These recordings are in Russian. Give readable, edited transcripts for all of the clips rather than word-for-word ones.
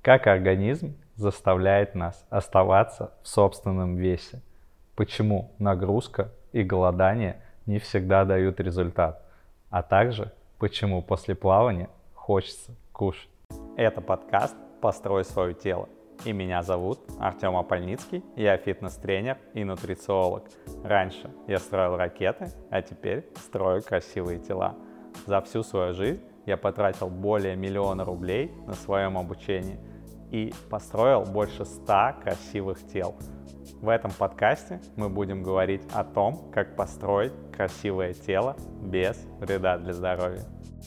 Как организм заставляет нас оставаться в собственном весе? Почему нагрузка и голодание не всегда дают результат? А также, почему после плавания хочется кушать? Это подкаст «Построй свое тело». И меня зовут Артем Апольницкий, я фитнес-тренер и нутрициолог. Раньше я строил ракеты, а теперь строю красивые тела. За всю свою жизнь я потратил более 1 миллиона рублей на своем обучении и построил больше 100 красивых тел. В этом подкасте мы будем говорить о том, как построить красивое тело без вреда для здоровья.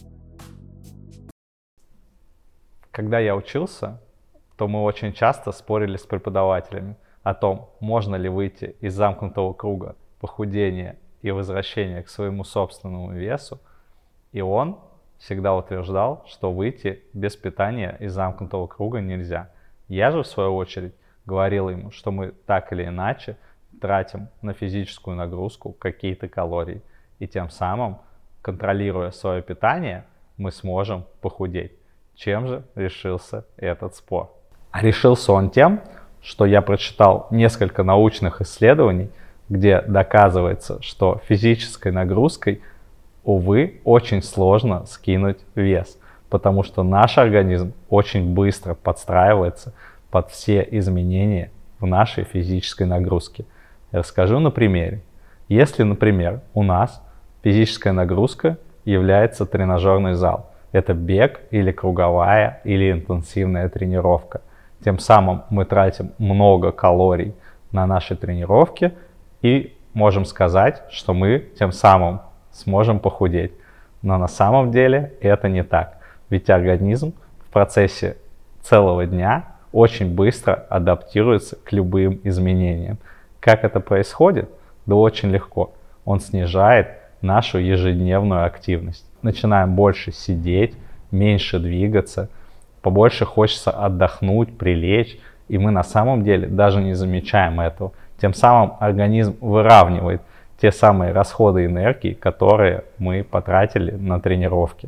Когда я учился, то мы очень часто спорили с преподавателями о том, можно ли выйти из замкнутого круга похудения и возвращения к своему собственному весу. И он всегда утверждал, что выйти без питания из замкнутого круга нельзя. Я же, в свою очередь, говорил ему, что мы так или иначе тратим на физическую нагрузку какие-то калории. И тем самым, контролируя свое питание, мы сможем похудеть. Чем же решился этот спор? А решился он тем, что я прочитал несколько научных исследований, где доказывается, что физической нагрузкой, увы, очень сложно скинуть вес, потому что наш организм очень быстро подстраивается под все изменения в нашей физической нагрузке. Я расскажу на примере. Если, например, у нас физическая нагрузка является тренажерный зал, это бег или круговая или интенсивная тренировка. Тем самым мы тратим много калорий на наши тренировки и можем сказать, что мы тем самым сможем похудеть. Но на самом деле это не так. Ведь организм в процессе целого дня очень быстро адаптируется к любым изменениям. Как это происходит? Да очень легко. Он снижает нашу ежедневную активность. Начинаем больше сидеть, меньше двигаться, побольше хочется отдохнуть, прилечь, и мы на самом деле даже не замечаем этого. Тем самым организм выравнивает те самые расходы энергии, которые мы потратили на тренировки.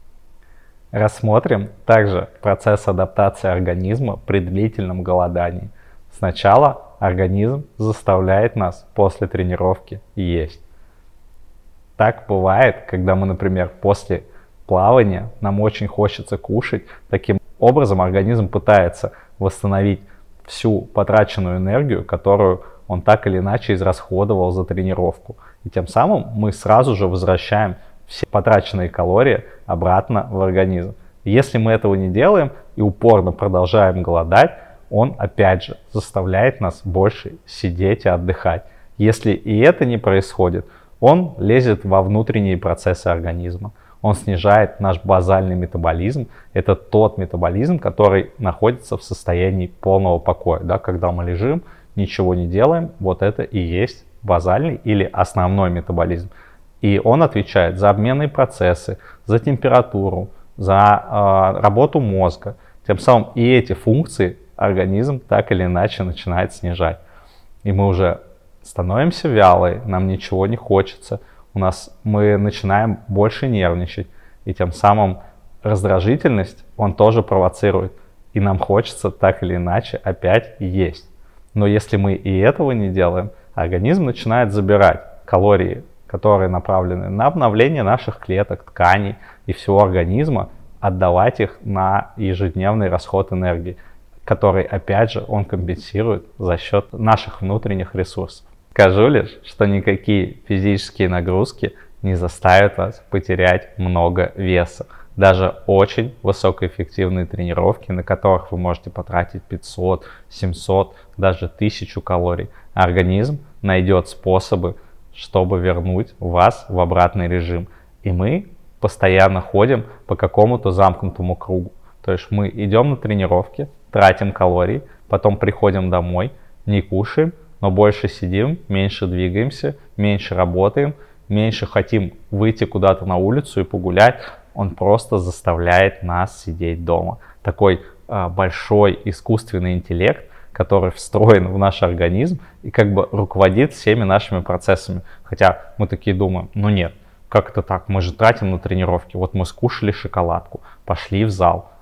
Рассмотрим также процесс адаптации организма при длительном голодании. Сначала организм заставляет нас после тренировки есть. Так бывает, когда мы, например, после плавания нам очень хочется кушать. Таким образом организм пытается восстановить всю потраченную энергию, которую он так или иначе израсходовал за тренировку. И тем самым мы сразу же возвращаем все потраченные калории обратно в организм. Если мы этого не делаем и упорно продолжаем голодать, он опять же заставляет нас больше сидеть и отдыхать. Если и это не происходит, он лезет во внутренние процессы организма. Он снижает наш базальный метаболизм. Это тот метаболизм, который находится в состоянии полного покоя. Да, когда мы лежим, ничего не делаем, вот это и есть базальный или основной метаболизм. И он отвечает за обменные процессы, за температуру, за работу мозга. Тем самым и эти функции организм так или иначе начинает снижать. И мы уже становимся вялые, нам ничего не хочется. Мы начинаем больше нервничать, и тем самым раздражительность он тоже провоцирует, и нам хочется так или иначе опять есть. Но если мы и этого не делаем, организм начинает забирать калории, которые направлены на обновление наших клеток, тканей и всего организма, отдавать их на ежедневный расход энергии, который опять же он компенсирует за счет наших внутренних ресурсов. Скажу лишь, что никакие физические нагрузки не заставят вас потерять много веса. Даже очень высокоэффективные тренировки, на которых вы можете потратить 500, 700, даже 1000 калорий. Организм найдет способы, чтобы вернуть вас в обратный режим. И мы постоянно ходим по какому-то замкнутому кругу. То есть мы идем на тренировки, тратим калории, потом приходим домой, не кушаем, но больше сидим, меньше двигаемся, меньше работаем, меньше хотим выйти куда-то на улицу и погулять. Он просто заставляет нас сидеть дома. Такой большой искусственный интеллект, который встроен в наш организм и как бы руководит всеми нашими процессами. Хотя мы такие думаем, нет, как это так, мы же тратим на тренировки. Вот мы скушали шоколадку, пошли в зал,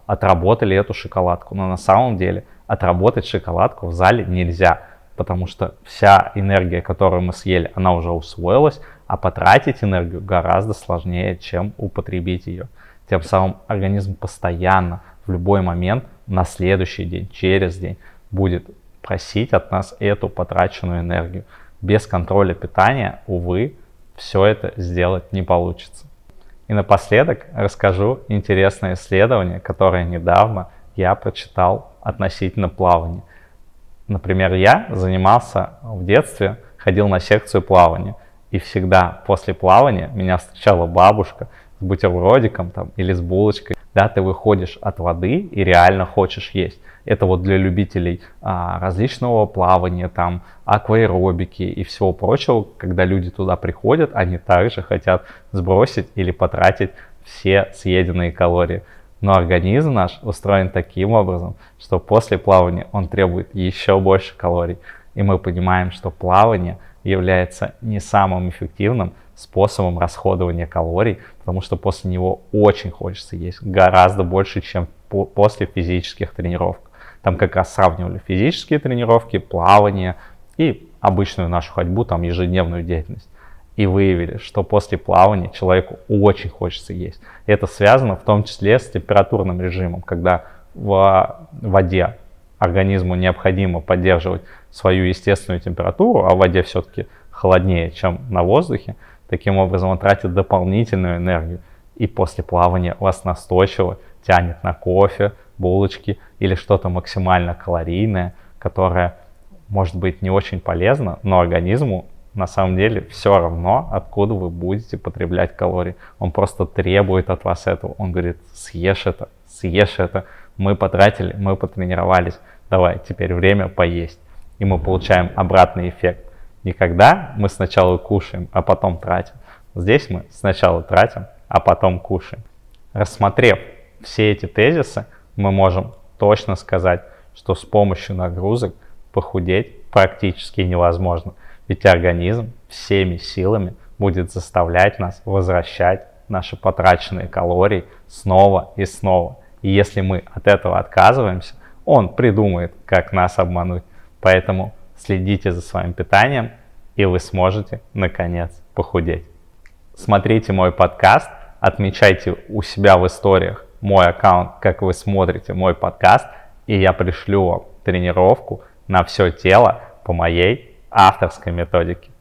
отработали эту шоколадку. Но на самом деле отработать шоколадку в зале нельзя, потому что вся энергия, которую мы съели, она уже усвоилась, а потратить энергию гораздо сложнее, чем употребить ее. Тем самым организм постоянно, в любой момент, на следующий день, через день, будет просить от нас эту потраченную энергию. Без контроля питания, увы, все это сделать не получится. И напоследок расскажу интересное исследование, которое недавно я прочитал относительно плавания. Например, я занимался в детстве, ходил на секцию плавания. И всегда после плавания меня встречала бабушка с бутербродиком там, или с булочкой. Да, ты выходишь от воды и реально хочешь есть. Это вот для любителей различного плавания, там, акваэробики и всего прочего. Когда люди туда приходят, они также хотят сбросить или потратить все съеденные калории. Но организм наш устроен таким образом, что после плавания он требует еще больше калорий. И мы понимаем, что плавание является не самым эффективным способом расходования калорий, потому что после него очень хочется есть гораздо больше, чем после физических тренировок. Там как раз сравнивали физические тренировки, плавание и обычную нашу ходьбу, там ежедневную деятельность. И выявили, что после плавания человеку очень хочется есть. Это связано в том числе с температурным режимом, когда в воде организму необходимо поддерживать свою естественную температуру, а в воде все-таки холоднее, чем на воздухе. Таким образом он тратит дополнительную энергию. И после плавания вас настойчиво тянет на кофе, булочки или что-то максимально калорийное, которое может быть не очень полезно, но организму на самом деле все равно, откуда вы будете потреблять калории. Он просто требует от вас этого. Он говорит: съешь это, мы потратили, мы потренировались, давай, теперь время поесть. И мы получаем обратный эффект. Не когда мы сначала кушаем, а потом тратим. Здесь мы сначала тратим, а потом кушаем. Рассмотрев все эти тезисы, мы можем точно сказать, что с помощью нагрузок похудеть практически невозможно. Ведь организм всеми силами будет заставлять нас возвращать наши потраченные калории снова и снова. И если мы от этого отказываемся, он придумает, как нас обмануть. Поэтому следите за своим питанием, и вы сможете, наконец, похудеть. Смотрите мой подкаст, отмечайте у себя в историях мой аккаунт, как вы смотрите мой подкаст, и я пришлю вам тренировку на все тело по моей авторской методике.